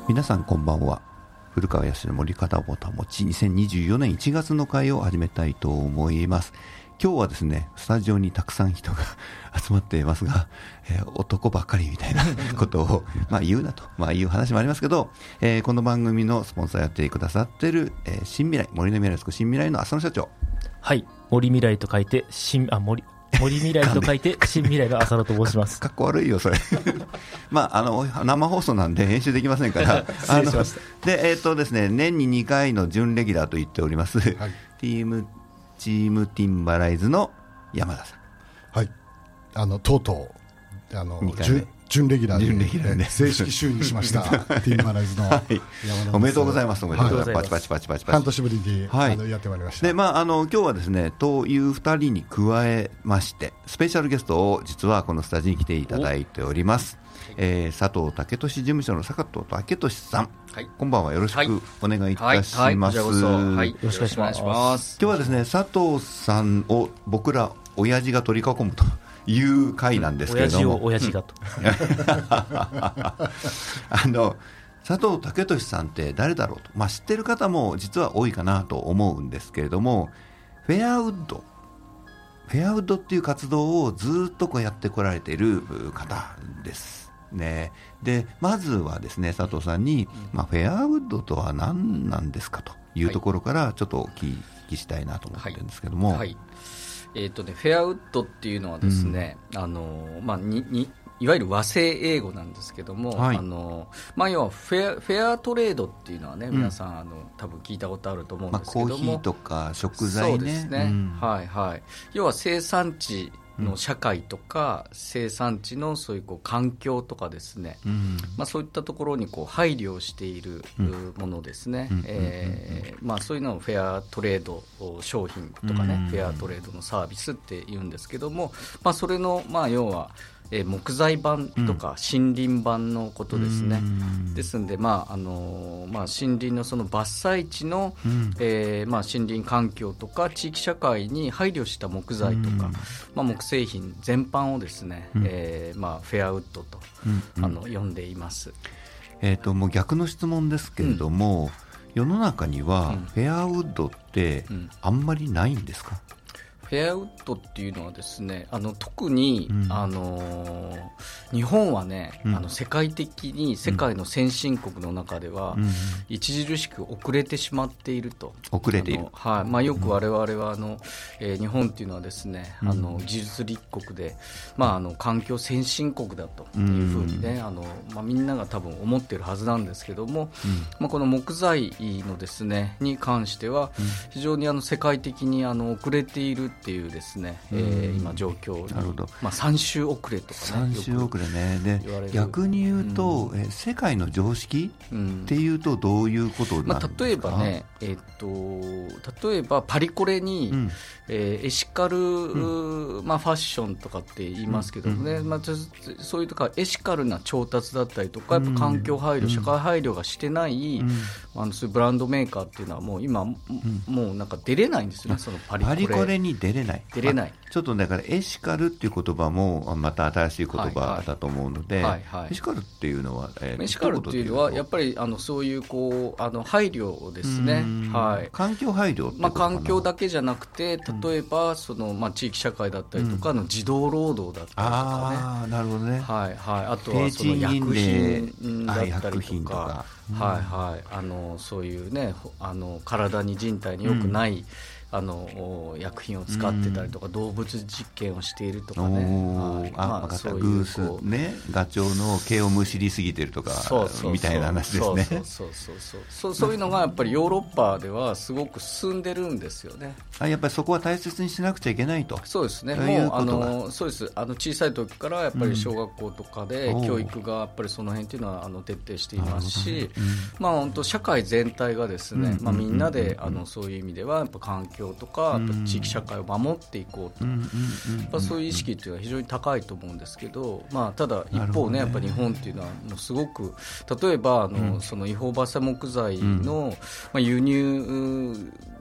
皆さんこんばんは。古川康の森方ぼたもち2024年1月の会を始めたいと思います。今日はですね、スタジオにたくさん人が集まっていますが、男ばっかりみたいなことを言うなと、いう話もありますけど、この番組のスポンサーやってくださっている、新未来、森の未来を救う新未来の浅野社長。 はい、森未来と書いて森未来と書いて新未来の浅野と申します。 かっこ悪いよそれ生放送なんで編集できませんから失礼しました。 で、ですね、年に2回の準レギュラーと言っております、はい、チームティンバライズの山田さん。 はい、とうとう準レギュラーで正式就任しましたティンバライズの山田です。 おめでとうございます。おめでとうございます。パチパチ半年ぶりに、やってまいりました。 で、今日はですね、という2人に加えましてスペシャルゲストを実はこのスタジオに来ていただいております。佐藤健俊事務所の佐藤健俊さん、はい、こんばんは。よろしくお願いいたします。 よろしくお願いします。 今日はですね、佐藤さんを僕ら親父が取り囲むという回なんですけれども、 親父がと佐藤健俊さんって誰だろうと、知ってる方も実は多いかなと思うんですけれども、フェアウッドっていう活動をずっとやってこられている方ですね。で、まずはですね、佐藤さんに、フェアウッドとは何なんですかというところからちょっとお聞きしたいなと思ってるんですけども、 フェアウッドっていうのはですね、いわゆる和製英語なんですけども、 はい、 要はフェアトレードっていうのはね、皆さん多分聞いたことあると思うんですけども、 コーヒーとか食材ね。 そうですね、はいはい。要は生産地の社会とか、生産地のそういう環境とかですね、そういったところに配慮しているものですね。そういうのをフェアトレード商品とかね、フェアトレードのサービスって言うんですけども、それの要は木材版とか森林版のことですね。ですので、森林のその伐採地の、森林環境とか地域社会に配慮した木材とか、木製品全般をですね、フェアウッドと、呼んでいます。 もう逆の質問ですけれども、世の中にはフェアウッドってあんまりないんですか？ フェアウッドっていうのはですね、特に、日本はね、世界的に世界の先進国の中では、著しく遅れてしまっていると。 遅れている。 よく我々は日本っていうのはですね、技術立国で、環境先進国だというふうにね、みんなが多分思っているはずなんですけども、この木材のですねに関しては、非常に世界的に遅れているっていうですね、今状況に。 なるほど。 3週遅れとかね。 3週遅れね。で、逆に言うと、世界の常識っていうとどういうことなんですか？ 例えばね、例えばパリコレに、エシカル、ファッションとかって言いますけどね、そういうとかエシカルな調達だったりとか、やっぱ環境配慮、社会配慮がしてない、そういうブランドメーカーっていうのはもう今、もうなんか出れないんですよね、そのパリコレに出れない。ちょっとだからエシカルっていう言葉もまた新しい言葉だと思うので、エシカルっていうのは、 エシカルっていうのはやっぱりそういう配慮ですね。 環境配慮ってことかな。 環境だけじゃなくて、例えば地域社会だったりとかの児童労働だったりとかね。 なるほどね。 あとはその薬品だったりとか、そういうね、体に人体に良くない、薬品を使ってたりとか、動物実験をしているとかね、 そういうグースね、ガチョウの毛をむしりすぎてるとかみたいな話ですね。 そういうのがやっぱりヨーロッパではすごく進んでるんですよね。 やっぱりそこは大切にしなくちゃいけないと。 そうですね。もうそうです。小さい時からやっぱり小学校とかで教育がやっぱりその辺っていうのは徹底していますし、本当社会全体がですね、みんなでそういう意味ではやっぱ環境とか地域社会を守っていこうと、そういう意識っていうのは非常に高いと思うんですけど、ただ一方ね、やっぱり日本っていうのはもうすごく、例えばその違法伐採木材の輸入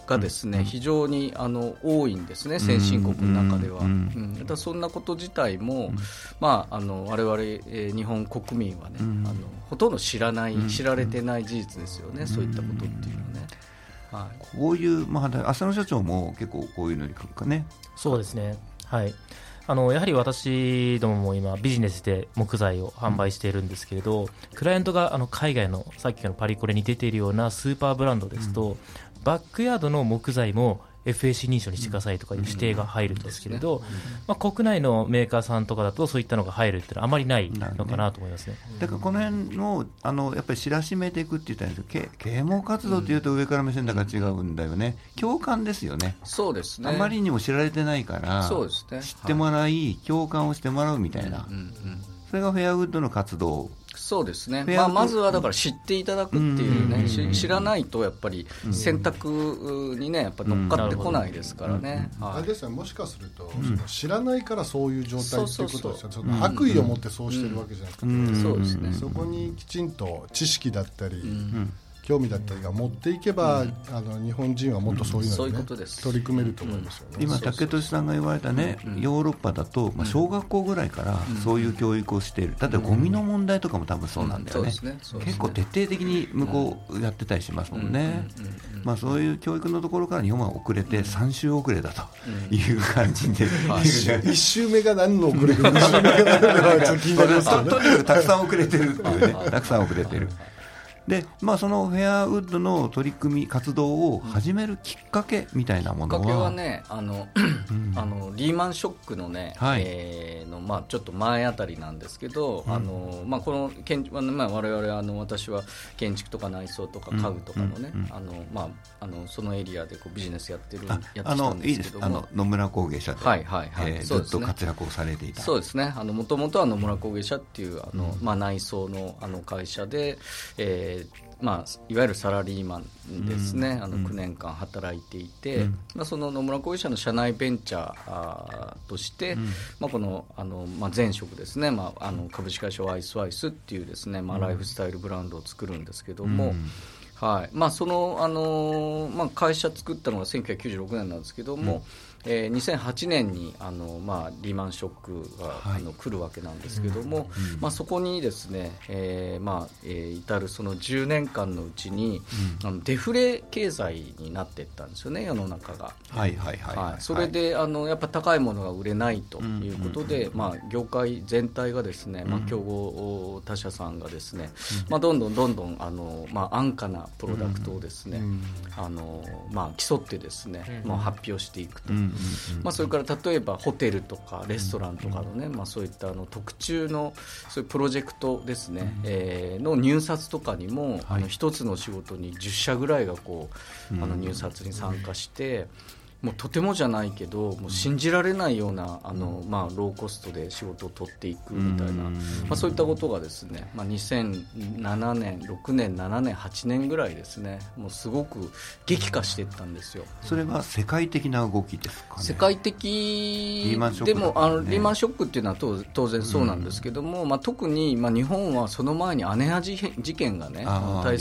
がですね、非常に多いんですね、先進国の中では。だからそんなこと自体も、我々、日本国民はね、ほとんど知られてない事実ですよね、そういったことっていうのはね。はい、 こういう、浅野社長も結構こういうのにね。 そうですね、はい、やはり私どもも今ビジネスで木材を販売しているんですけれど、クライアントが海外のさっきのパリコレに出ているようなスーパーブランドですと、バックヤードの木材もFAC 認証にしてくださいとかいう指定が入るんですけれど、国内のメーカーさんとかだとそういったのが入るっていうのはあまりないのかなと思いますね。 だからこの辺のやっぱり知らしめていくって言ったらいいんですけど、啓蒙活動っていうと上から目線だから違うんだよね。共感ですよね。 そうですね。 あまりにも知られてないから、 そうですね、 知ってもらい、共感をしてもらうみたいな、それがフェアウッドの活動。 そうですね、まずはだから知っていただくっていうね、知らないとやっぱり選択にね、やっぱ乗っかってこないですからね。 あれですね、もしかすると、知らないからそういう状態っていうことですよ。悪意を持ってそうしてるわけじゃなくて、 そうですね、 そこにきちんと知識だったり、興味だったりが持っていけば、日本人はもっとそういうのに、ね、取り組めると思いますよね。 今竹俊さんが言われたね、ヨーロッパだと、小学校ぐらいからそういう教育をしている。例えばゴミの問題とかも多分そうなんだよね。結構徹底的に向こうやってたりしますもんね。そういう教育のところから日本は遅れて3週遅れだという感じで、 1週目が何の遅れか2週目が何のかちょっと気になりますよね。 とにかくたくさん遅れてるっていうね、たくさん遅れてる。でそのフェアウッドの取り組み活動を始めるきっかけみたいなものは、 きっかけはね、リーマンショックのね、ちょっと前あたりなんですけど、この我々私は建築とか内装とか家具とかのね、そのエリアでこうビジネスやってきたんですけども、 野村工芸社でずっと活躍をされていた。 そうですね、もともとは野村工芸社っていう内装の会社で、いわゆるサラリーマンですね、9年間働いていて、その野村工芸社の社内ベンチャーとして、この前職ですね、株式会社ワイスワイスっていうですね、ライフスタイルブランドを作るんですけども、その、会社作ったのが1996年なんですけども、2008年にリーマンショックが、来るわけなんですけども、そこにですね、至るその10年間のうちに、デフレ経済になっていったんですよね、世の中が。それでやっぱ高いものが売れないということで、業界全体がですね、競合他社さんがですね、どんどん安価なプロダクトをですね、競ってですね、発表していくと。それから例えばホテルとかレストランとかのね、そういった特注のそういうプロジェクトですね、の入札とかにも、一つの仕事に10社ぐらいがこう入札に参加して、もうとてもじゃないけどもう信じられないようなローコストで仕事を取っていくみたいな、そういったことがですね、2007年6年7年8年ぐらいですね、もうすごく激化していったんですよ。 それは世界的な動きですかね。 世界的でもリーマンショックっていうのは当然そうなんですけども、特に日本はその前に姉屋事件がね、耐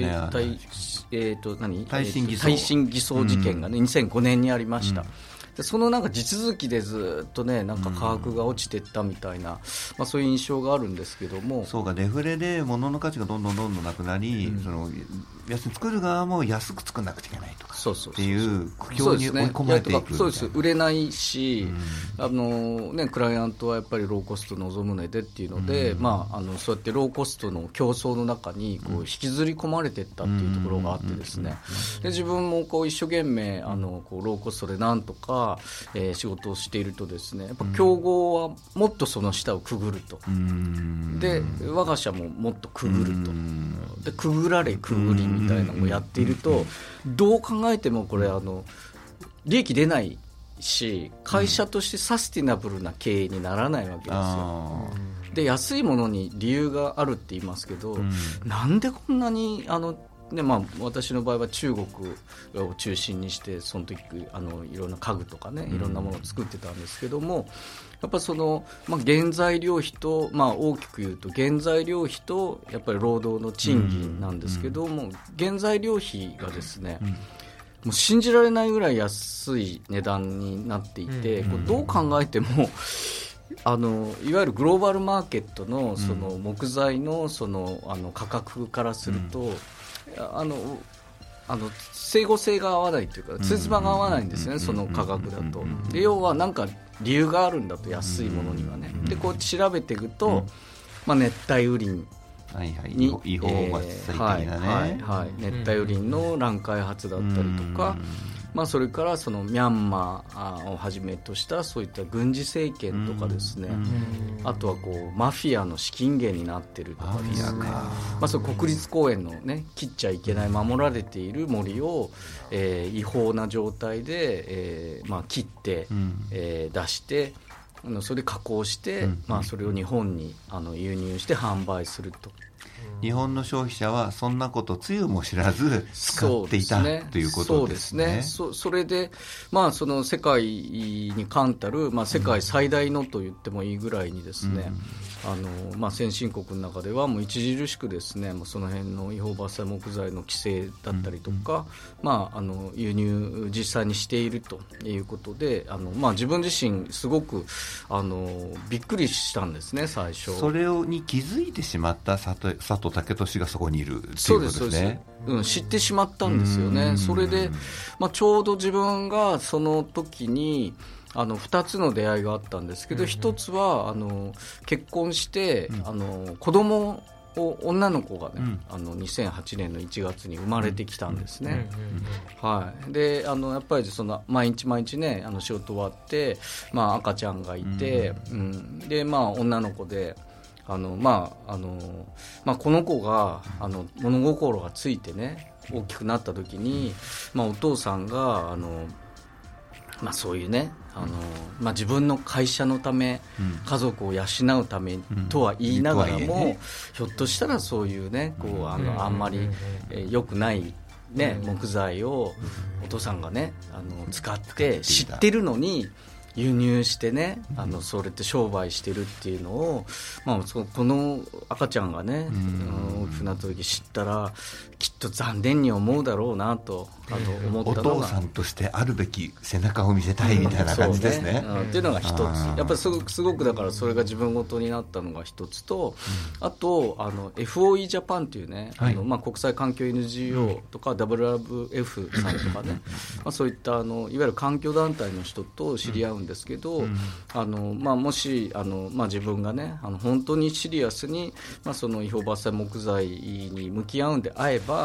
震偽装事件がね、2005年にありました。でその地続きでずっとね、価格が落ちていったみたいな、そういう印象があるんですけども、 そうか、デフレで物の価値がどんどんなくなり、要するに作る側も安く作らなくちゃいけないとかっていう苦境に追い込まれていくみたいな。 そうです、売れないし、クライアントはやっぱりローコスト望むねでっていうので、そうやってローコストの競争の中に引きずり込まれていったっていうところがあってですね、で自分も一生懸命ローコストでなんとか仕事をしているとですね、やっぱ競合はもっとその下をくぐると、で我が社ももっとくぐると、でくぐられくぐりみたいなのをやっていると、どう考えてもこれ利益出ないし、会社としてサスティナブルな経営にならないわけですよ。で安いものに理由があるって言いますけど、なんでこんなに私の場合は中国を中心にして、その時いろんな家具とかね、いろんなものを作ってたんですけども、やっぱ原材料費と、大きく言うと原材料費とやっぱり労働の賃金なんですけども、原材料費がですね、 もう信じられないぐらい安い値段になっていて、これどう考えてもいわゆるグローバルマーケットのその木材のその価格からすると、整合性が合わないというかつじつまが合わないんですよね、その価格だと。で要はなんか理由があるんだと、安いものにはね。でこう調べていくと、熱帯雨林に違法伐採的なね、 熱帯雨林の乱開発だったりとか、それからそのミャンマーをはじめとしたそういった軍事政権とかですね、あとはこうマフィアの資金源になっているとかですね、その国立公園のね、切っちゃいけない守られている森を、違法な状態で、切って、出してそれで加工して、それを日本に輸入して販売すると。 日本の消費者はそんなことつゆも知らず使っていた、ということですね。 それで、その世界に冠たる、世界最大のと言ってもいいぐらいにですね、先進国の中ではもう著しくですね、その辺の違法伐採木材の規制だったりとか、輸入実際にしているということで、自分自身すごくびっくりしたんですね、最初。 それに気づいてしまった佐藤健利がそこにいるっていうことですね。 知ってしまったんですよね。それで、ちょうど自分がその時に2つの出会いがあったんですけど、1つは結婚して、子供を女の子がね、2008年の1月に生まれてきたんですね。でやっぱりその毎日毎日ね、仕事終わって、赤ちゃんがいて、で女の子でこの子が物心がついてね、大きくなった時に、お父さんがそういうね、自分の会社のため、家族を養うためとは言いながらも、ひょっとしたらそういうね、あんまり良くないね、木材をお父さんがね使って知ってるのに輸入してね、それって商売してるっていうのを、この赤ちゃんがね、大きくなった時知ったらきっと残念に思うだろうなと思ったのが、 お父さんとしてあるべき背中を見せたいみたいな感じですね。 っていうのが一つ、やっぱりすごくだからそれが自分ごとになったのが一つと、あとFOE ジャパンというね、国際環境 NGO とか WWF さんとかね、そういったいわゆる環境団体の人と知り合うんですけど、もし自分がね本当にシリアスに、その違法伐採木材に向き合うんであれば、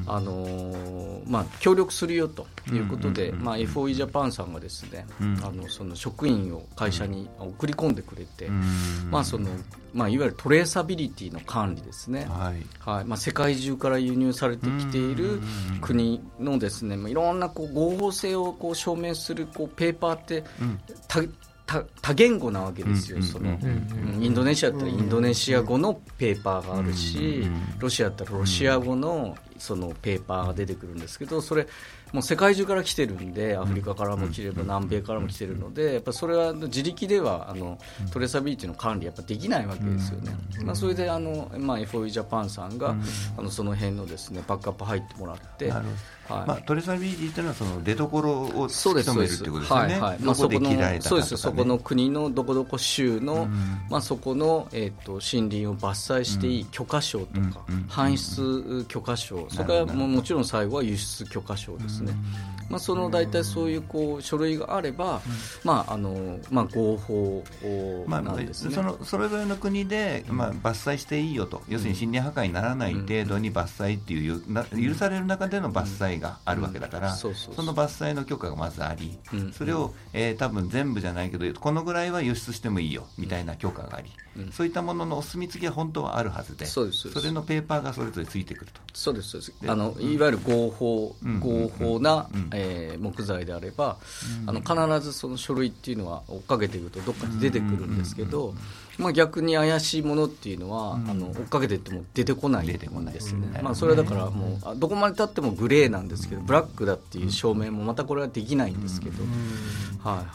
協力するよということで、FOE ジャパンさんがですね、その職員を会社に送り込んでくれて、いわゆるトレーサビリティの管理ですね、世界中から輸入されてきている国のですね、いろんな合法性を証明するペーパーって多言語なわけですよ。インドネシアだったらインドネシア語のペーパーがあるし、ロシアだったらロシア語のそのペーパーが出てくるんですけど、それもう世界中から来てるんで、アフリカからも来れば南米からも来てるので、やっぱそれは自力ではトレーサビリティの管理やっぱできないわけですよね。それでFOE ジャパンさんがその辺のですねバックアップ入ってもらって、 トレーサビリティというのはその出所を突き止めるということですよね。どこで切られたかとかね。そうです。そこの国のどこどこ州の、そこの、森林を伐採していい許可証とか、搬出許可証、それからもちろん最後は輸出許可証ですね。その大体そういう書類があれば、合法なんですね。 それぞれの国で、伐採していいよと、要するに森林破壊にならない程度に伐採っていう許される中での伐採があるわけだから、その伐採の許可がまずあり、それを、多分全部じゃないけどこのぐらいは輸出してもいいよみたいな許可があり、そういったもののお墨付きは本当はあるはずで、それのペーパーがそれぞれついてくると。 そうです。いわゆる合法な木材であれば、必ずその書類っていうのは追っかけていくとどっかに出てくるんですけど、逆に怪しいものっていうのは、追っかけていっても出てこないんですよね。それはだからもうどこまでたってもグレーなんですけど、ブラックだっていう証明もまたこれはできないんですけど、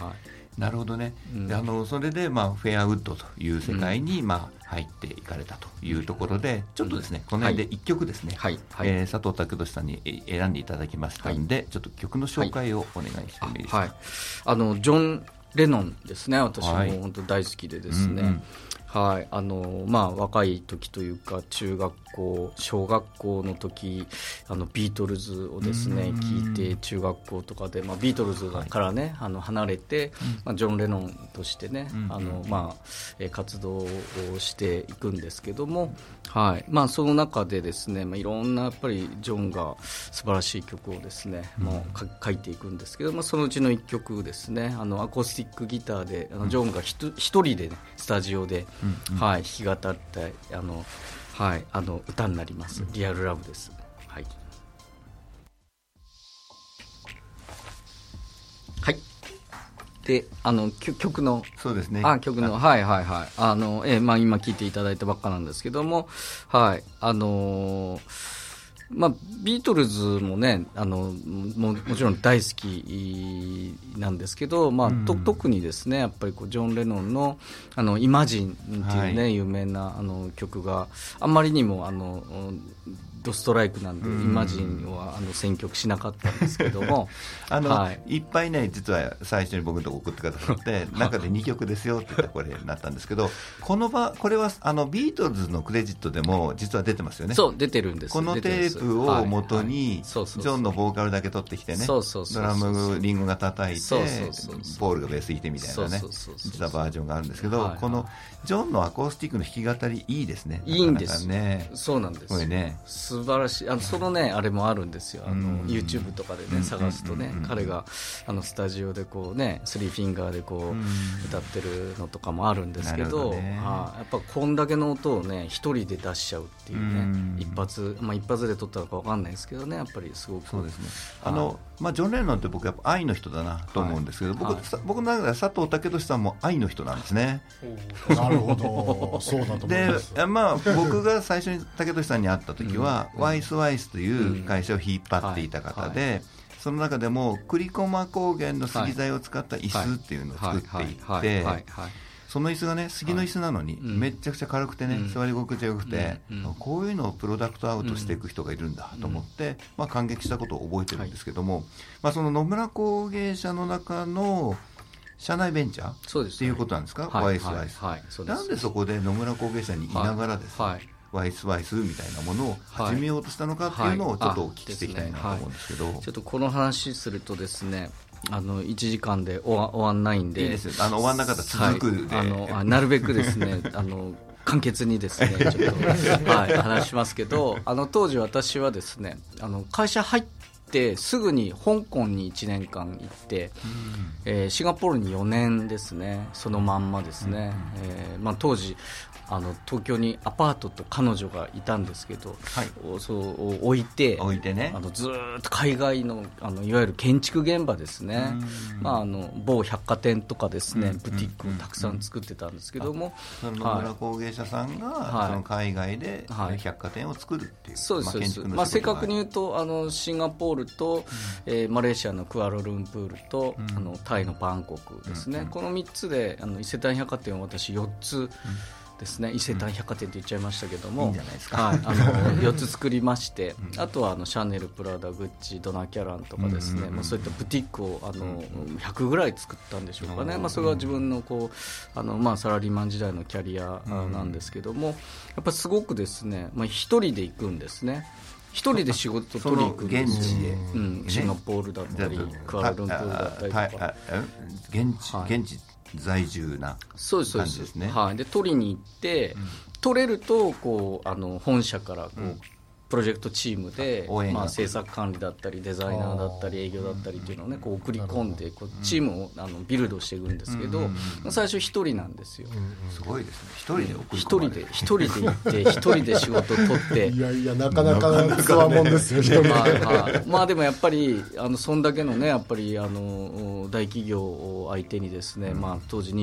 なるほどね、それで、フェアウッドという世界に、入っていかれたというところで、ちょっとですね、この辺で1曲ですね、佐藤健さんに選んでいただきましたので、ちょっと曲の紹介をお願いしてもいいですか。 ジョン・レノンですね、私も本当大好きでですね、若い時というか中学校小学校の時ビートルズをですね聴いて、中学校とかで、ビートルズからね、離れて、ジョン・レノンとしてね、活動をしていくんですけども、その中でですね、いろんなやっぱりジョンが素晴らしい曲をですね、書いていくんですけど、そのうちの1曲ですね、アコースティックギターでジョンが一人で、ね、スタジオで弾き語った歌になります。リアルラブです。で曲のそうですね。 曲の今聴いていただいたばっかなんですけども、ビートルズもねもちろん大好きなんですけど、特にですねやっぱりジョン・レノンのイマジンっていうね、有名な曲があんまりにもドストライクなんで、イマジンは選曲しなかったんですけどもいっぱいね実は最初に僕のとこ送ってくださって中で2曲ですよって言ってこれになったんですけど、これはビートルズのクレジットでも実は出てますよね。 そう出てるんです。 このテープを元にジョンのボーカルだけ取ってきてね、ドラムリンゴが叩いてポールがベース弾いてみたいなね実はバージョンがあるんですけど、このジョンのアコースティックの弾き語りいいですね。 いいんですね。 そうなんです。 これね素晴らしい。そのねあれもあるんですよ。YouTube とかでね探すとね、彼がスタジオでこうねスリーフィンガーでこう歌ってるのとかもあるんですけど、やっぱこんだけの音をね一人で出しちゃうっていうね、一発で撮ったのか分かんないですけどね、やっぱりすごくそうですね。ジョン・レノンって僕やっぱ愛の人だなと思うんですけど、僕の中では佐藤健さんも愛の人なんですね。 なるほど、そうだと思います。 で、僕が最初に健さんに会った時は、ワイスワイスという会社を引っ張っていた方で、その中でも栗駒高原の杉材を使った椅子っていうのを作っていって、その椅子がね杉の椅子なのにめっちゃくちゃ軽くてね、座り心地が良くて、こういうのをプロダクトアウトしていく人がいるんだと思って、感激したことを覚えてるんですけども、その野村工芸社の中の社内ベンチャーっていうことなんですか。ワイスワイス、なんでそこで野村工芸社にいながらですね、ワイスワイスみたいなものを始めようとしたのかっていうのをちょっとお聞きしていきたいなと思うんですけど、 ちょっとこの話するとですね1時間で終わんないんで、 いいですよ。終わんなかったら続くで、 なるべくですね簡潔にですねちょっと、話しますけど、当時私はですね会社入ってすぐに香港に1年間行って、シンガポールに4年ですね、そのまんまですね、当時東京にアパートと彼女がいたんですけど、そう置いてね、ずっと海外のいわゆる建築現場ですね、某百貨店とかですね、ブティックをたくさん作ってたんですけども、 野村工芸社さんが、その海外で百貨店を作るっていう、 そうです、正確に言うとシンガポールと、マレーシアのクアラルンプールと、タイのバンコクですね、この3つで伊勢丹百貨店を私4つですね、伊勢丹百貨店って言っちゃいましたけども、 いいんじゃないですか、 4つ作りましてあとはシャネル、プラダ、グッチ、ドナキャランとかですね、そういったブティックを100ぐらい作ったんでしょうかね、それが自分のこうサラリーマン時代のキャリアなんですけども、やっぱりすごくですね、一人で行くんですね。一人で仕事取りに行くんですよ。 現地で、 シンガポールだったりクアラルンプールだったりとか、 現地在住な感じですね。 で取りに行って、取れるとこう本社からこう、プロジェクトチームで、制作管理だったりデザイナーだったり営業だったりっていうのをねこう送り込んでこうチームをビルドしていくんですけど、最初一人なんですよ。 すごいですね。一人で送り込まれる。一人で行って一人で仕事を取っていやなかなかつわもんですよ。一人ででもやっぱりそんだけのねやっぱり大企業を相手にですね、当時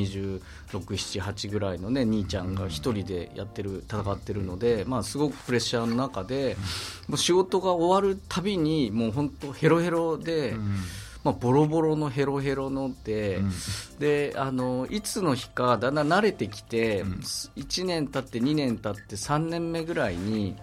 26、7、8ぐらいのね兄ちゃんが一人で戦ってるので、すごくプレッシャーの中でもう仕事が終わるたびにもう本当ヘロヘロで、 ボロボロのヘロヘロので、でいつの日かだんだん慣れてきて、1年経って2年経って3年目ぐらいに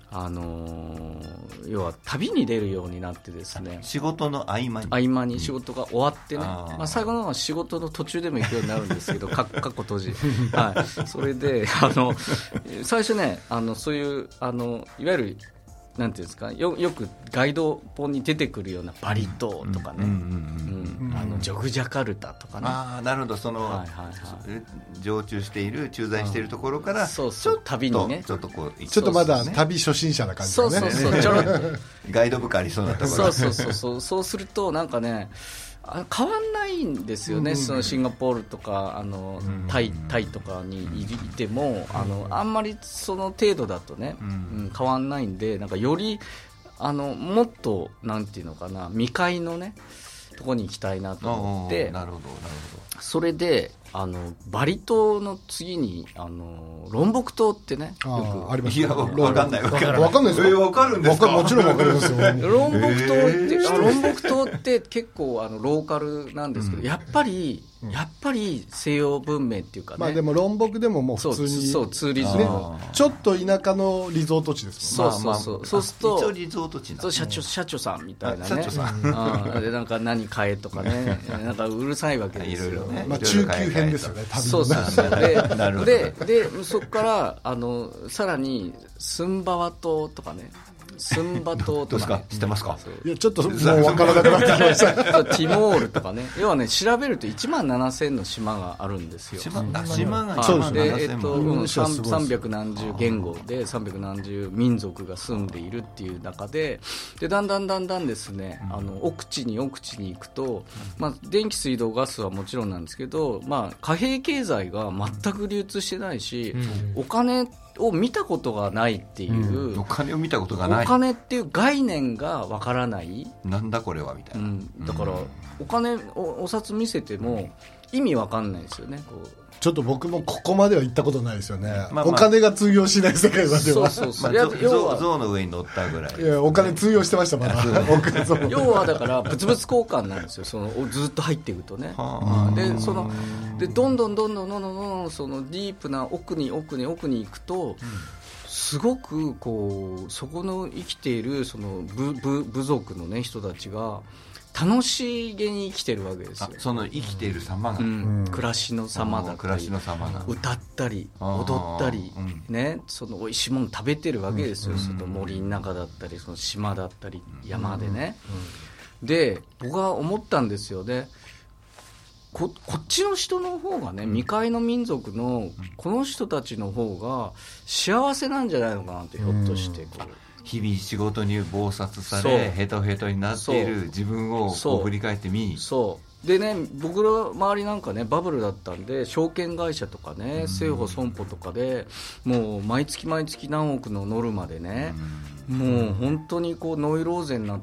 要は旅に出るようになってですね、 仕事の合間に仕事が終わってね、最後の方は仕事の途中でも行くようになるんですけどかっこ閉じ、はい、それで最初ねそういういわゆるなんていうんですか、よくガイド本に出てくるようなバリ島とかね、ジョグジャカルタとかね。 なるほど、常駐している駐在しているところから、 旅にね、 ちょっとまだ旅初心者な感じだね。 ガイド部下ありそうなところ。 そうするとなんかね、変わんないんですよね、そのシンガポールとかタイとかにいても、あんまりその程度だとね、変わんないんで、なんかよりもっとなんていうのかな、未開のねとこに行きたいなと思って、それでバリ島の次にロンボク島ってね、よくあります。 いや分かんない分かんないですよ。 分かるんですか。 もちろん分かりますよ。 ロンボク島って結構ローカルなんですけど、やっぱり西洋文明っていうかね、 でもロンボクでももう普通にツーリズム、 ちょっと田舎のリゾート地ですもんね。 そうすると一応リゾート地なんですね。 社長さんみたいなね、でなんか何買えとかね、なんかうるさいわけですよね。 中級編ですよね。 そうでそこからさらにスンバワ島とかね、スンバ島とか、ね、 知ってますか。 いやちょっともう分からなくなってきましたティモールとかね、要はね、調べると17000の島があるんですよ。 島が 300何十言語で300何十民族が住んでいるっていう中で、だんだんですね、奥地に行くと、電気水道ガスはもちろんなんですけど、貨幣経済が全く流通してないし、お金を見たことがないっていう、 お金を見たことがない、 お金っていう概念がわからない、 なんだこれはみたいな、 だからお金お札見せても意味わかんないですよね。 ちょっと僕もここまでは行ったことないですよね、お金が通用しない世界までは。 象の上に乗ったぐらい、 いやお金通用してましたまだ要はだから物々交換なんですよ、ずっと入っていくとね。でどんどんそのディープな奥に行くと、すごくそこの生きているその部族のね人たちが楽しげに生きてるわけですよ。 その生きている様が、 暮らしの様だったり、歌ったり踊ったりね、その美味しいもの食べてるわけですよ。その森の中だったり、その島だったり山でね。で僕は思ったんですよね。こっちの人の方がね、未開の民族のこの人たちの方が幸せなんじゃないのかなって、ひょっとして日々仕事に忙殺されヘトヘトになっている自分を振り返ってみ、 でね、僕の周りなんかねバブルだったんで、証券会社とかね、政保損保とかでもう毎月何億のノルマでね、もう本当にノイローゼになって、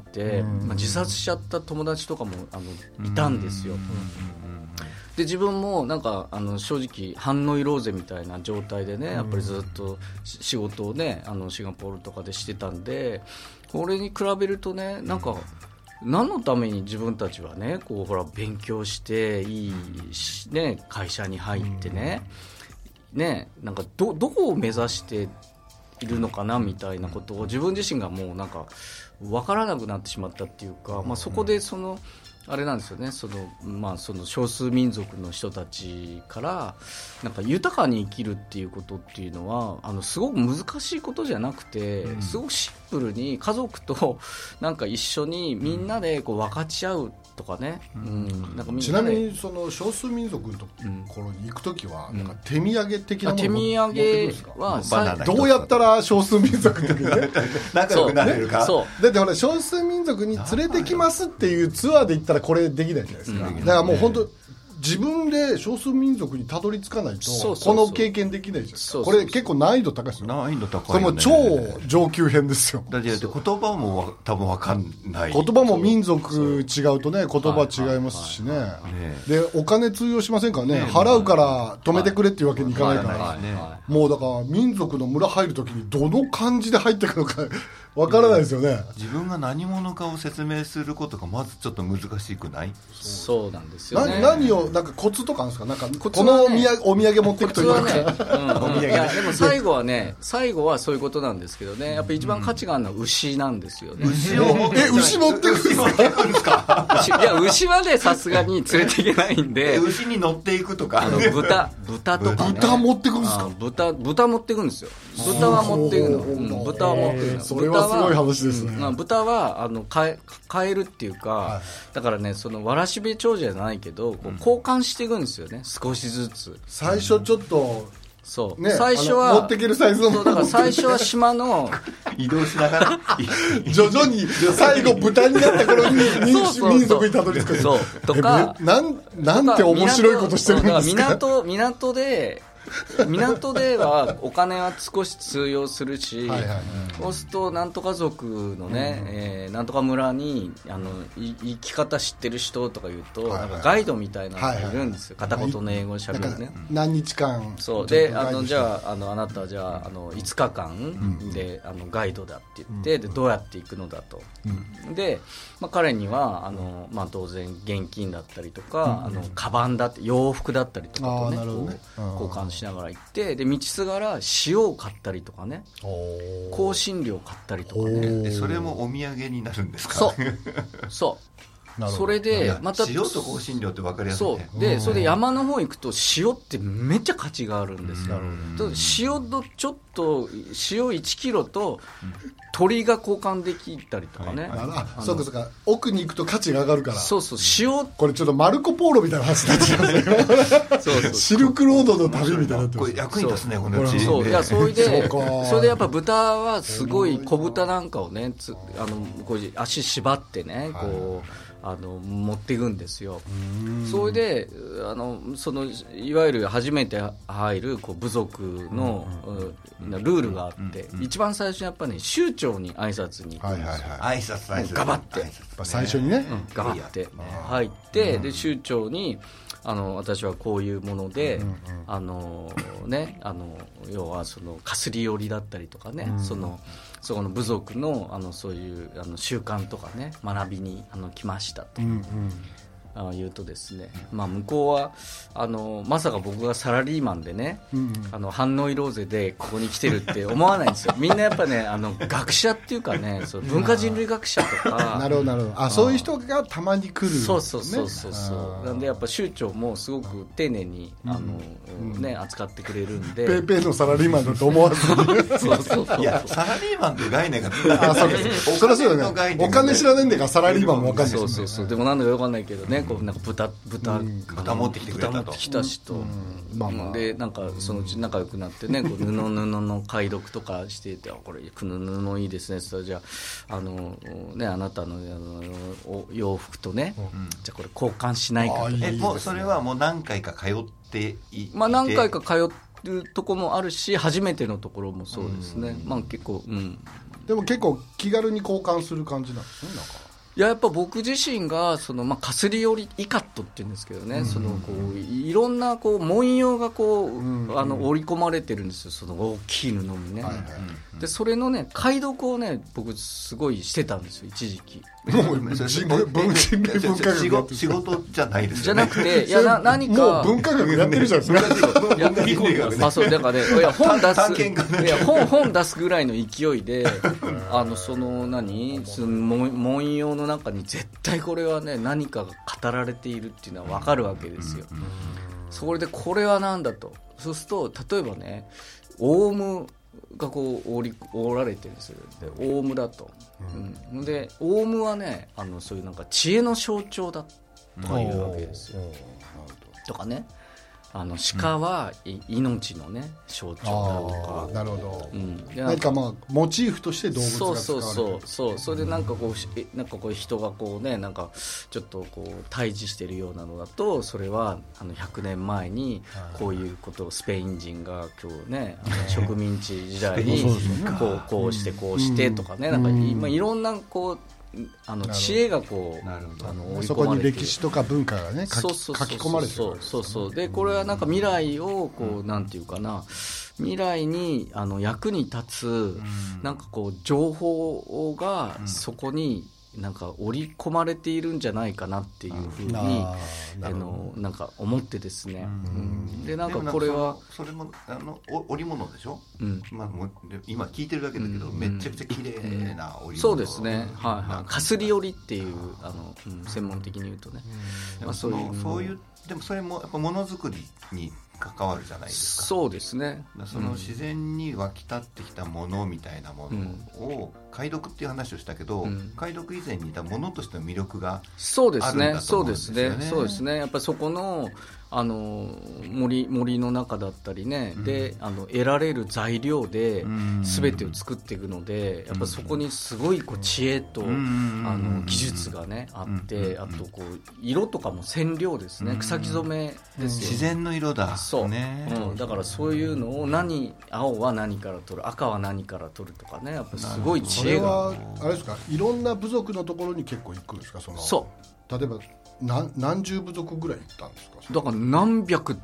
自殺しちゃった友達とかもいたんですよ。で自分もなんか正直半ノイローゼみたいな状態でね、やっぱりずっと仕事をねシンガポールとかでしてたんで、これに比べるとね、なんか何のために自分たちはねほら勉強していい、ね、会社に入ってね、なんかどこを目指しているのかなみたいなことを自分自身がもうなんか分からなくなってしまったっていうか、そこであれなんですよね、その少数民族の人たちからなんか豊かに生きるっていうことっていうのはすごく難しいことじゃなくて、すごくシンプルに家族となんか一緒にみんなで分かち合うとかね、なんかちなみにその少数民族のところに行くときはなんか手土産的なものを持ってくるんですか。どうやったら少数民族的にね仲良くなれるか。 だってほら少数民族に連れてきますっていうツアーで行ったらこれできないじゃないですか。だからもう本当自分で少数民族にたどり着かないとそうそうそうこの経験できないじゃないですか。 そうそうそうこれ結構難易度高いですよ。 難易度高いよね。 これも超上級編ですよ。 だって言葉も多分分かんない。 言葉も民族違うとね、言葉違いますしね。でお金通用しませんからね、払うから止めてくれっていうわけにいかないから、もうだから民族の村入るときにどの感じで入ってくるのかわからないですよね。 自分が何者かを説明することがまずちょっと難しくない？ そうなんですよね。 何をなんかコツとかあるんですか？なんかこのお土産持っていくというか、 いやでも最後はそういうことなんですけどね。やっぱり一番価値があるのは牛なんですよね。 牛持ってくんですか？ いや牛はねさすがに連れていけないんで。 牛に乗っていくとか。 豚とかね。 豚持ってくんですか？ 豚持ってくんですよ。豚は持っていくの。豚は持っていくの。 それはすごい話ですね。 豚は買えるっていうか、だからねそのわらしべ長者じゃないけどこう交換していくんですよね、少しずつ。 最初ちょっとそうね、 最初は持ってけるサイズのものだから最初は島の移動しながら徐々に最後豚になった頃に民族にたどり着く。 そうとかなんて面白いことしてるんですか。 港ではお金は少し通用するし、そうするとなんとか族のね、なんとか村に生き方知ってる人とか言うと、なんかガイドみたいなのがいるんですよ、片言の英語をしゃべるね。 何日間そうでじゃああなたはじゃあ5日間でガイドだって言って、でどうやって行くのだと、で、彼には当然現金だったりとか、カバンだって洋服だったりとかとね交換しながら行って、で道すがら塩を買ったりとかね、香辛料を買ったりとかね。 でそれもお土産になるんですか？ そうそれでまた塩と香辛料って分かりやすいね。 そうでそれで山の方行くと塩ってめっちゃ価値があるんですよ。塩とちょっと塩1キロと鳥が交換できたりとかね。 そうかそうか、奥に行くと価値が上がるから。 そう塩これちょっとマルコポーロみたいな話になっちゃいますね。シルクロードの旅みたいになってます。 これ役に立つねこの地理。 そういやそれでやっぱ豚はすごい小豚なんかをねこう足縛ってねこう持っていくんですよ。それでそのいわゆる初めて入る部族のルールがあって、一番最初にやっぱり、ね、酋長に挨拶に行くんですよ。 挨拶ガバって最初にね、 ガバって入って、で酋長に私はこういうもので、要はそのかすり寄りだったりとかね、そこの部族のそういう習慣とかね学びに来ましたと、言うとですね、向こうはまさか僕がサラリーマンでね、反応色勢でここに来てるって思わないんですよ。みんなやっぱね学者っていうかね、その文化人類学者とかなるほどなるほど、そういう人がたまに来る、 そうなんでやっぱ酋長もすごく丁寧に扱ってくれるんで、 ペーペーのサラリーマンだと思わずにいやサラリーマンって概念がそりゃそうだね、お金知らないんだからサラリーマンも分かんない。 そうでもなんだか分かんないけどね、こうなんか豚持ってきてくれたと、 豚持ってきたしと、でなんかそのうち仲良くなってね、こう布の解読とかしていて、これ布いいですねって言ったら、じゃああなたの洋服とね、じゃあこれ交換しないかと。 もうそれはもう何回か通っていて、 何回か通るとこもあるし、初めてのところもそうですね、結構、 でも結構気軽に交換する感じなんですね。なんかやっぱ僕自身がかすり寄りイカットって言うんですけどね、いろんな文様が織り込まれてるんですよ、その大きい布にね。でそれのね解読をね僕すごいしてたんですよ、一時期。 もう人類文化学仕事じゃないですよね。 じゃなくて、いや何かもう文化学やってるじゃないですか。 そうだからね、本出すぐらいの勢いでその文様の中に絶対これはね何かが語られているっていうのは分かるわけですよ。それでこれは何だと、そうすると例えばねオウムが織られてるんですよ。でオウムだと、でオウムはねそういうなんか知恵の象徴だとかいうわけですよ。とかね、 鹿は命のね象徴だとか、 なるほど、 何かモチーフとして動物が使われてる。 そうそれでなんかこう人がこうねなんかちょっとこう対峙してるようなのだと、それは100年前にこういうことをスペイン人が今日ね植民地時代にこうしてこうしてとかね、なんか今いろんなこう知恵がこうそこに歴史とか文化がね書き込まれてる。 そうでこれはなんか未来をこうなんていうかな、未来に役に立つなんかこう情報がそこになんか織り込まれているんじゃないかなっていうふうになんか思ってですね、でなんかこれはそれも織物でしょ、今聞いてるだけだけどめちゃくちゃ綺麗な織物、 そうですね、かすり織りっていう専門的に言うとね、 そういうでもそれもやっぱものづくりに関わるじゃないですか。 そうですね。 その自然に湧き立ってきたものみたいなものを解読っていう話をしたけど、解読以前にいたものとしての魅力があるんだと思うんですよね。 そうですね。やっぱりそこの森の中だったりね、で得られる材料で全てを作っていくので、やっぱそこにすごいこう知恵と技術がねあって、あとこう色とかも染料ですね、草木染めですよ。 自然の色だ。 そうね、だからそういうのを青は何から取る、赤は何から取るとかね、やっぱすごい知恵が。 それはあれですか、いろんな部族のところに結構行くんですか。そう例えば何十部族ぐらい行ったんですか。 だから何百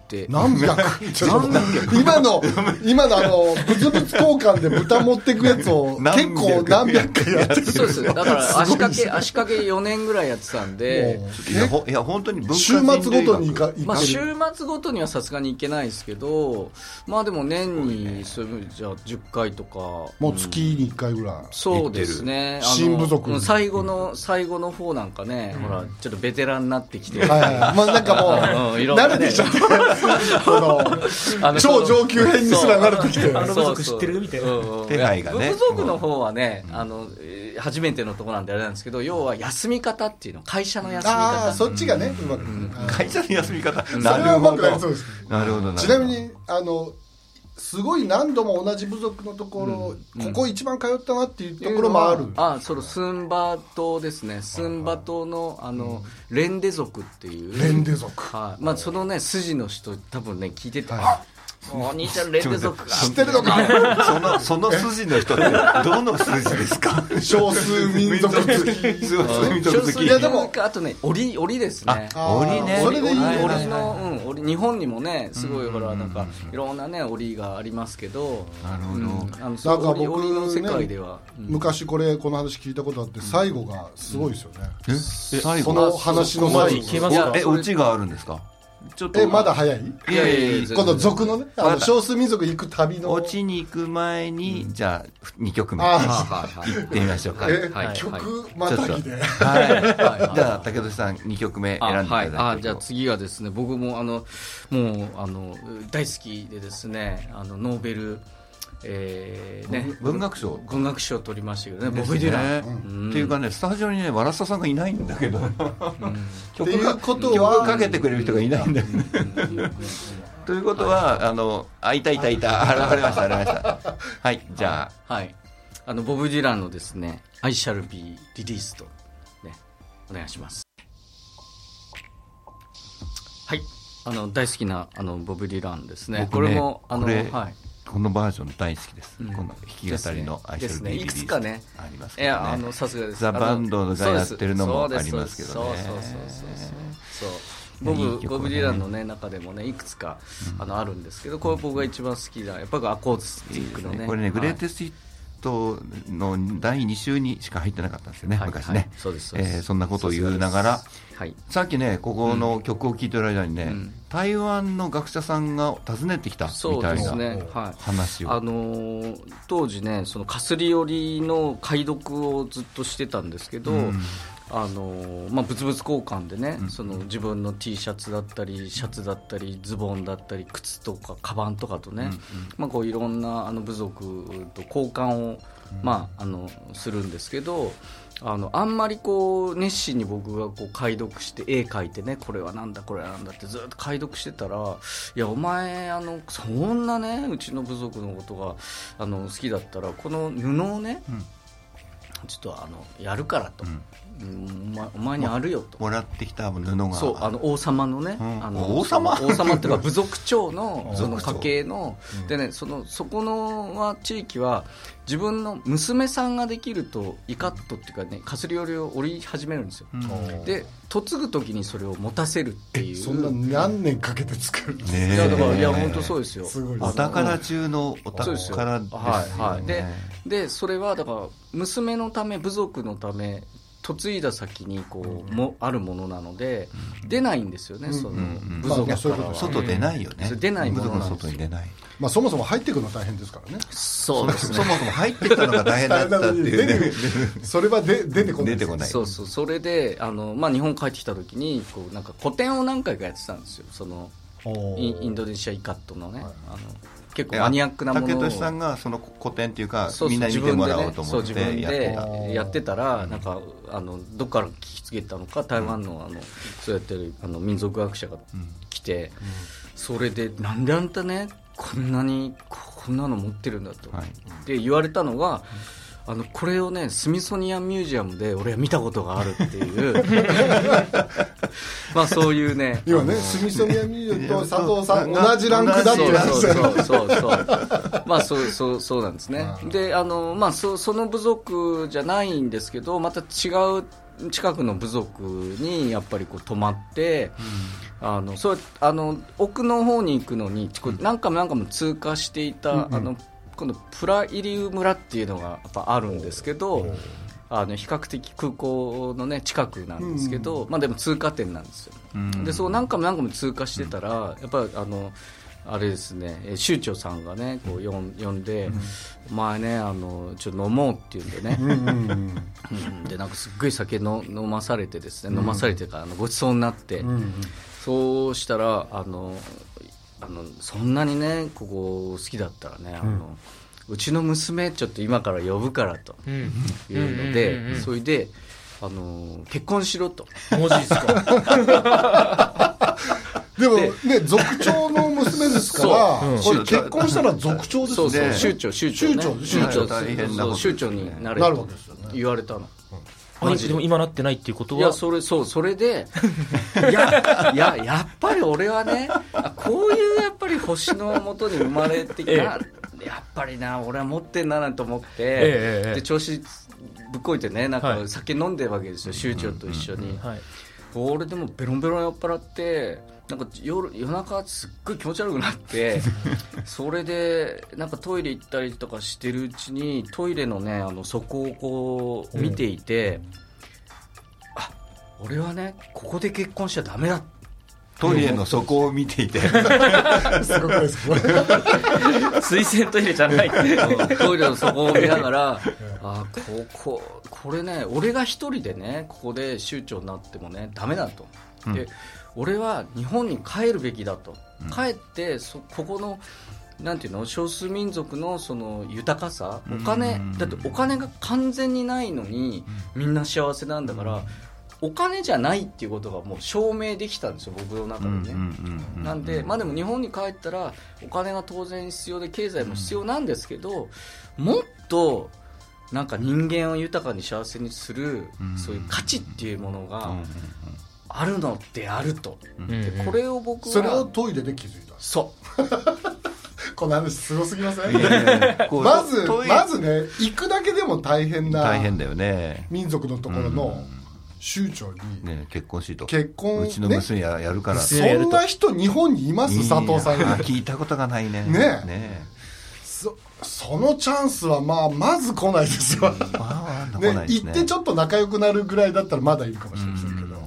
今の物々交換で豚持ってくやつを結構何百回やってる。 そうです。だから足掛け4年ぐらいやってたんで、 いや本当に週末ごとに行く。 週末ごとにはさすがに行けないですけど、でも年にじゃあ10回とか、 もう月に1回ぐらい。 そうですね。 新部族最後の方なんかね、ほらちょっとベテランになってきて、 なんかもう慣れてきちゃって超上級編にすら慣れてきて、 部族知ってるみたいな手配がね。 部族の方はね初めてのところなんであれなんですけど、要は休み方っていうの、会社の休み方、 そっちがねうまく会社の休み方、 なるほど。 なるほど。 ちなみにすごい何度も同じ部族のところ、ここ一番通ったなっていうところもある。 そのスンバ島ですね。スンバ島のレンデ族っていう。 レンデ族。 そのね筋の人多分ね聞いてて、お兄ちゃんレンデ族か知ってるのか。 その筋の人ってどの筋ですか。 少数民族好き。 少数民族。でもあとね織ですね。 織ね。 それでいいね。 織の織、日本にもねすごいほらなんかいろんなね織がありますけど。 なるほど。 なんか僕の世界では昔この話聞いたことあって、最後がすごいですよね。 最後この話の最後。 オチがあるんですか。 まだ早い？ いやこの族のね、少数民族行く旅のオチに行く前に、じゃあ2曲目行ってみましょうか。 曲またぎで。 じゃあ武田さん2曲目選んでいただいて。 じゃあ次はですね、僕ももう大好きでですね、ノーベル文学賞を取りましたけどね、ボブ・ディラン。 っていうかね、スタジオにね、ワラスタさんがいないんだけど、 曲かけてくれる人がいないんだよね。ということは、いた、現れました。はい、じゃあ、ボブ・ディランのですね、I shall be released ね、お願いします。はい、大好きなボブ・ディランですね。これもこのバージョン大好きです。この弾き語りのアイシャルビーリリースいくつかねありますけどね。 さすがです。 ザ・バンドがやってるのもありますけどね。 ボブ・ディランのね中でもねいくつかあるんですけど、これ僕が一番好きなやっぱりアコースティックのね。 これねグレーテストヒットの第2週にしか入ってなかったんですよね、昔ね。そんなことを言いながら。さっきねここの曲を聴いてる間にね、台湾の学者さんが訪ねてきたみたいな話を、 当時ねそのかすり織りの解読をずっとしてたんですけど、物々交換でね、その自分の T シャツだったりシャツだったりズボンだったり靴とかカバンとかとね、こういろんな部族と交換をするんですけど、 あんまりこう熱心に僕がこう解読して絵描いてね、これはなんだこれはなんだってずっと解読してたら、いやお前そんなねうちの部族のことが好きだったらこの布をね、ちょっとやるからと、お前にあるよともらってきた布が、 そう王様のね、 王様っていうか部族長のその家系の、でねそこの地域は自分の娘さんができるとイカットっていうかねかすり織りを織り始めるんですよ、で嫁ぐ時にそれを持たせるっていう。 そんな何年かけて作るんですか。 いやだからいや本当そうですよ。 すごいお宝中のお宝ですよね。 はい、でそれはだから娘のため部族のため嫁いだ先にこうあるものなので、出ないんですよね、その部族からは。 外出ないよね。 出ないものなんですよ。 部族の外に出ない。 まあそもそも入ってくるの大変ですからね。 そうですね。 そもそも入ってきたのが大変だったっていうね。 それは出てこない。 出てこない。 そうそれで日本帰ってきた時にこうなんか個展を何回かやってたんですよ。そのインドネシアイカットのね、結構マニアックなものを竹俊さんがその個展っていうかみんなに見てもらおうと思ってやってたら、なんかどっから聞きつけたのか台湾のそうやってる民族学者が来て、それでなんであんたねこんなの持ってるんだと、で言われたのが、これをねスミソニアンミュージアムで俺は見たことがあるっていうまあそういうね、 今ねスミソニアンミュージアムと佐藤さん同じランクだって言われてそうまあそうなんですね。でまあその部族じゃないんですけど、また違う近くの部族にやっぱりこう泊まって、奥の方に行くのに何回も通過していた、今度プライリウ村っていうのがやっぱあるんですけど、比較的空港のね近くなんですけど、まあでも通過点なんですよ。でそう何回も通過してたら、やっぱりあれですね、州長さんがねこう呼んで、お前ねちょっと飲もうって言うんでね、でなんかすっごい酒飲まされてですね、飲まされてからごちそうになって、そうしたらそんなにねここ好きだったらねうちの娘ちょっと今から呼ぶからというので、それで結婚しろと。 マジですか。 でもね族長の娘ですからこれ結婚したら族長ですね。 そう州長州長になれと言われたの。 でも今なってないっていうことは、 いやそれでやっぱり俺はねこういうやっぱり星の下に生まれてきた、やっぱりな俺は持ってんななんて思って、で調子ぶっこいてねなんか酒飲んでるわけですよ、州長と一緒に。俺でもベロンベロン酔っ払ってなんか夜中すっごい気持ち悪くなってそれでなんかトイレ行ったりとかしてるうちにトイレのね底をこう見ていて、俺はねここで結婚しちゃダメだ。 トイレの底を見ていてすごくです水洗トイレじゃないトイレの底を見ながらこれね俺が一人でねここで州長になってもねダメだと。で俺は日本に帰るべきだと、帰ってここのなんていうの少数民族のその豊かさ、お金だってお金が完全にないのにみんな幸せなんだから、お金じゃないっていうことがもう証明できたんですよ僕の中でね。なんでまあでも日本に帰ったらお金が当然必要で経済も必要なんですけど、もっとなんか人間を豊かに幸せにするそういう価値っていうものがあるのであると。でこれを僕はそれをトイレで気づいた。 そうこの話すごすぎません？まずね行くだけでも大変だよね。民族のところの州長に、 結婚しとうちの娘やるから、 そんな人日本にいます？佐藤さんが聞いたことがないね。 そのチャンスはまず来ないですよ。行ってちょっと仲良くなるぐらいだったらまだいるかもしれませんけど、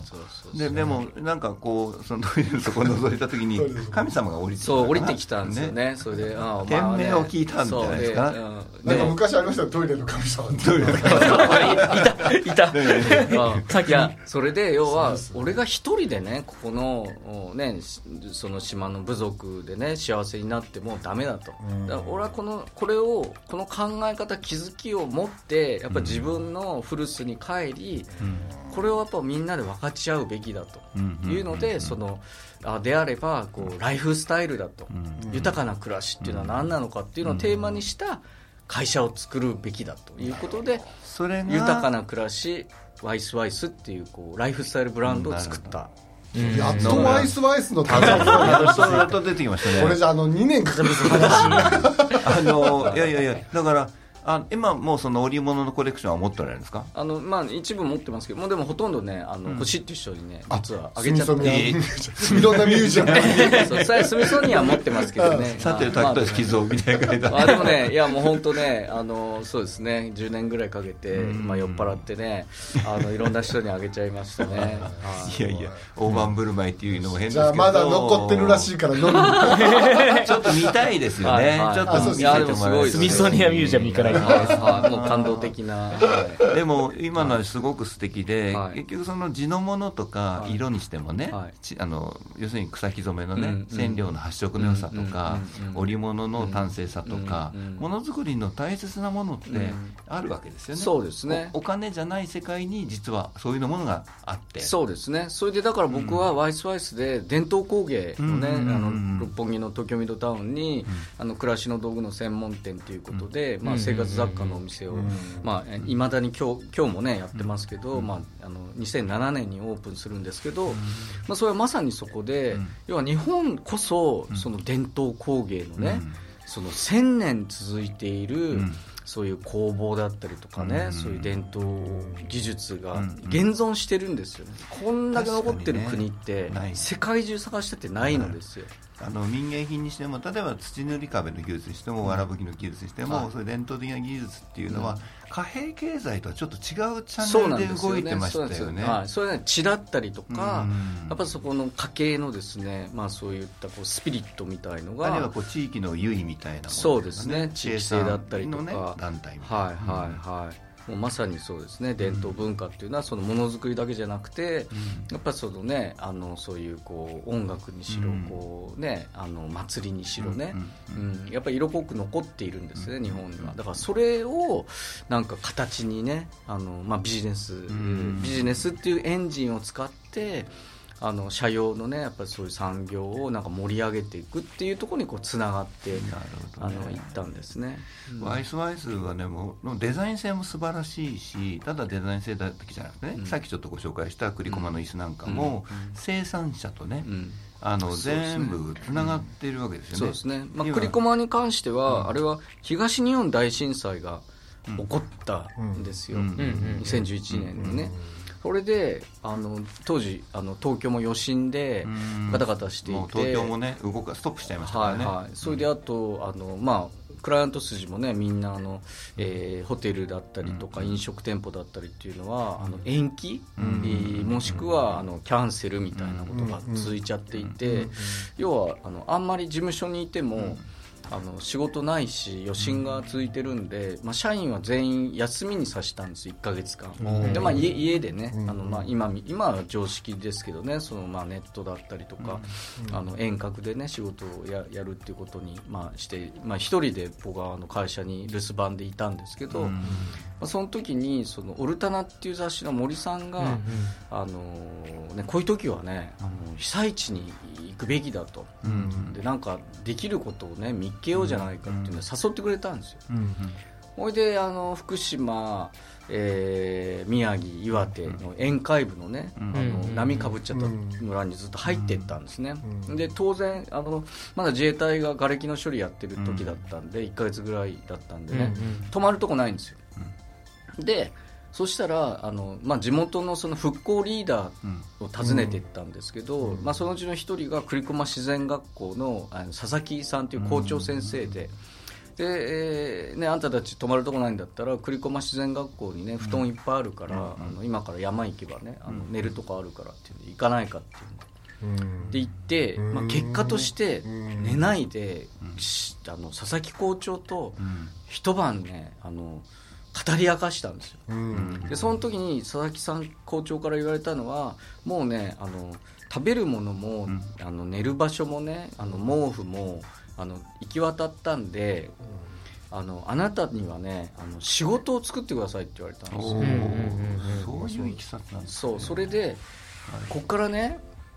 でもなんかこうそのトイレのところを覗いた時に神様が降りてきたそう降りてきたんですよね。それで天命を聞いたんじゃないですか。 なんか昔ありましたよ、トイレの神様。 トイレの神様いた。いやそれで要は俺が一人でねここのねその島の部族でね幸せになってもダメだと。だから俺はこの考え方気づきを持ってやっぱ自分の古巣に帰り、これをやっぱみんなで分かち合うべきだというので、であればこうライフスタイルだと、豊かな暮らしっていうのは何なのかっていうのをテーマにした会社を作るべきだということで、 それが豊かな暮らしワイスワイスっていうライフスタイルブランドを作った。 やっとワイスワイスの誕生やっと出てきましたね。 これじゃ2年かかるんですよ話。 いやだから今もうその織物のコレクションは持っておられるんですか？ 一部持ってますけど、もうでもほとんどね欲しいっていう人にね実はあげちゃって、 いろんなミュージアムスミソニアン持ってますけどね。 さて滝藤寄贈みたいな感じでもねいやもう本当ねそうですね10年ぐらいかけて酔っ払ってねいろんな人にあげちゃいましたね。 いや大盤振る舞いっていうのも変ですけど、 じゃあまだ残ってるらしいから飲むちょっと見たいですよね。ちょっと見せてもらえる。 スミソニアミュージアム行かないと。 もう感動的な、 でも今のはすごく素敵で、結局その地のものとか色にしてもね、要するに草木染めのね、染料の発色の良さとか、織物の端正さとか、ものづくりの大切なものってあるわけですよね。 そうですね。 お金じゃない世界に実はそういうものがあって、 そうですね。それでだから僕はワイスワイスで伝統工芸のね、六本木の東京ミッドタウンに暮らしの道具の専門店ということで、生活雑貨のお店をいまだに今日もねやってますけど、2007年にオープンするんですけど、それはまさにそこで、要は日本こそその伝統工芸のね、その1000年続いている、そういう工房だったりとかね、そういう伝統技術が現存してるんですよね。こんだけ残ってる国って世界中探しててないのですよ。 民芸品にしても、例えば土塗り壁の技術にしても、わらぶきの技術にしても、そういう伝統的な技術っていうのは、貨幣経済とはちょっと違うチャンネルで動いてましたよね。 それは血だったりとか、やっぱりそこの家系のですね、そういったスピリットみたいのが、 あるいは地域の優位みたいなもの、 そうですね、地域性だったりとか、 団体みたいな。 もうまさにそうですね。伝統文化っていうのはそのものづくりだけじゃなくて、やっぱりそのねそういう音楽にしろ、祭りにしろね、やっぱり色濃く残っているんですね、日本には。だからそれをなんか形にねビジネスっていうエンジンを使って社用のねやっぱりそういう産業をなんか盛り上げていくっていうところにつながっていったんですね。 ワイスワイスはねもうデザイン性も素晴らしいし、ただデザイン性だけじゃなくてね、さっきちょっとご紹介した栗駒の椅子なんかも、生産者とね、全部つながっているわけですよね。 そうですね。栗駒に関しては、あれは東日本大震災が起こったんですよ、2011年にね。それで当時東京も余震でガタガタしていて、 東京もねストップしちゃいましたからね。 それであとクライアント筋もねみんなホテルだったりとか飲食店舗だったりっていうのは延期、もしくはキャンセルみたいなことが続いちゃっていて、要はあんまり事務所にいても仕事ないし余震が続いてるんで、社員は全員休みにさせたんですよ、1ヶ月間で、家でね今は常識ですけどね、そのネットだったりとか、遠隔でね仕事をやるっていうことにして、一人で僕は会社に留守番でいたんですけど、その時にそのオルタナっていう雑誌の森さんが、こういう時はね被災地に行くべきだと、でなんかできることをね見っけようじゃないかっていうのを誘ってくれたんですよ。それで福島、宮城、岩手の沿海部のね、波かぶっちゃった村にずっと入っていったんですね。で当然まだ自衛隊が瓦礫の処理やってる時だったんで、1ヶ月ぐらいだったんでね、泊まるとこないんですよ。でそしたら地元のその復興リーダーを訪ねていったんですけど、そのうちの一人が栗駒自然学校の佐々木さんという校長先生で、 でね、あんたたち泊まるとこないんだったら栗駒自然学校にね布団いっぱいあるから、今から山行けばね寝るとこあるからっていうんで行かないかっていうので行って、結果として寝ないで、佐々木校長と一晩ね語り明かしたんですよ、でその時に佐々木さん校長から言われたのは、もうね食べるものも、寝る場所もね毛布も行き渡ったんで、あなたにはね仕事を作ってくださいって言われたんですよ。 そういういきさつなんですね。 そう、それで、ここからね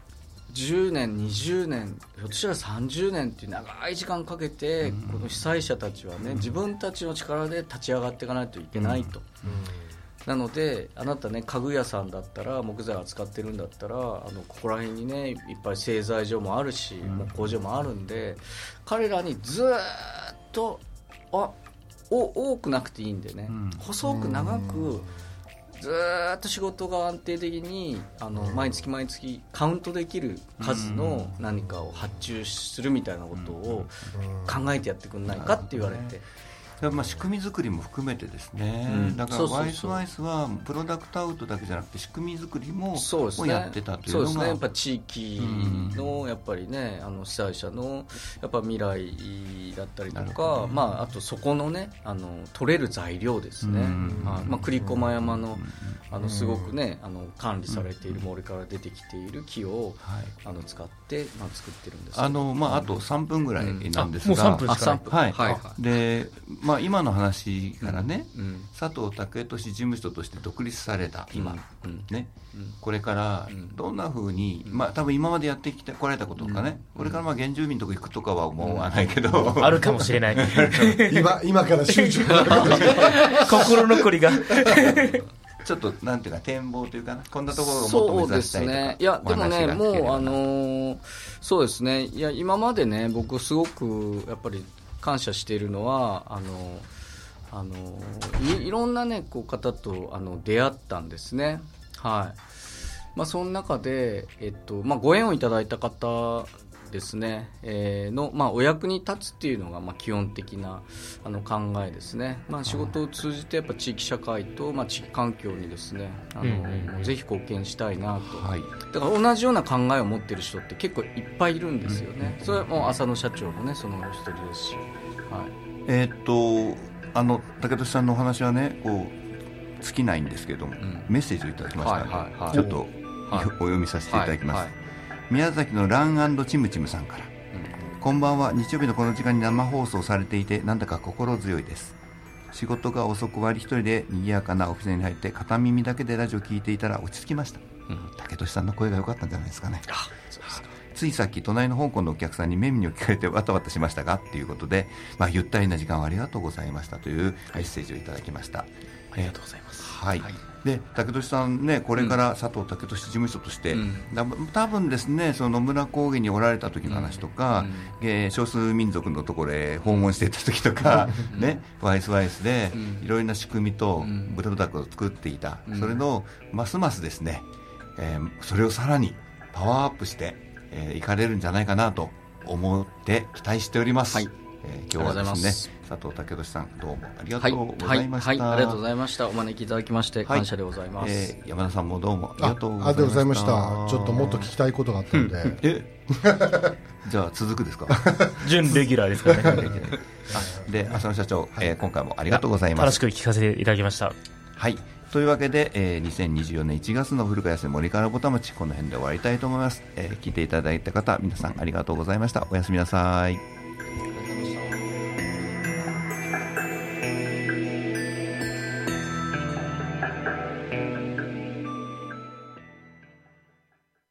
10年20年ひょっとしたら30年っていう長い時間かけて、この被災者たちはね自分たちの力で立ち上がっていかないといけないと、なのであなたね家具屋さんだったら木材扱ってるんだったらここら辺にねいっぱい製材所もあるし、木工所もあるんで、彼らにずっと多くなくていいんでね、細く長くずっと仕事が安定的に毎月毎月カウントできる数の何かを発注するみたいなことを考えてやってくんないかって言われて、 仕組み作りも含めてですね、だからワイスワイスはプロダクトアウトだけじゃなくて仕組み作りもやってたというのが、 そうですね、やっぱ地域のやっぱりね被災者のやっぱ未来だったりとか、あとそこのね取れる材料ですね、栗駒山のすごくね管理されている森から出てきている木を使って作ってるんですけど、 あと3分ぐらいなんですが、 もう3分しかない。 で今の話からね、佐藤健俊事務所として独立された今、これからどんなふうに、多分今までやってこられたこととかね、これから原住民のとこ行くとかは思わないけど、 あるかもしれない今から集中心残りがちょっとなんていうか展望というかな、こんなところをもっと目指したいとか、 そうですね、いやでもねもうそうですね、いや今までね僕すごくやっぱり感謝しているのはいろんなね方と出会ったんですね。はい。その中でご縁をいただいた方ですね、のお役に立つっていうのが基本的な考えですね。仕事を通じてやっぱ地域社会と地域環境にですねぜひ貢献したいなと、だから同じような考えを持っている人って結構いっぱいいるんですよね。それはもう浅野社長もねその一人ですし、 武俊さんのお話はね尽きないんですけれども、メッセージをいただきましたので、ちょっとお読みさせていただきます。宮崎のラン&チムチムさんから、こんばんは。日曜日のこの時間に生放送されていてなんだか心強いです。仕事が遅く終わり一人で賑やかなオフィスに入って片耳だけでラジオ聞いていたら落ち着きました。武俊さんの声が良かったんじゃないですかね。ついさっき隣の香港のお客さんに耳に聞かれてわたわたしましたがということで、ゆったりな時間をありがとうございましたというメッセージをいただきました。 ありがとうございます。 で武俊さんね、これから佐藤健俊事務所として、多分ですね、その野村高原におられた時の話とか、少数民族のところへ訪問していた時とか、ワイスワイスでいろいろな仕組みとプロダクトを作っていた、それのますますですね、それをさらにパワーアップしていかれるんじゃないかなと思って期待しております。今日はですね、佐藤健俊さんどうもありがとうございました。 ありがとうございました。お招きいただきまして感謝でございます。 山田さんもどうもありがとうございました。 ちょっともっと聞きたいことがあったので、 じゃあ続くですか。 準レギュラーですかね。 で、浅野社長、今回もありがとうございます。 楽しく聞かせていただきました。 というわけで、2024年1月の古川康森からぼたもち、この辺で終わりたいと思います。聞いていただいた方皆さんありがとうございました。おやすみなさい。 ありがとうございました。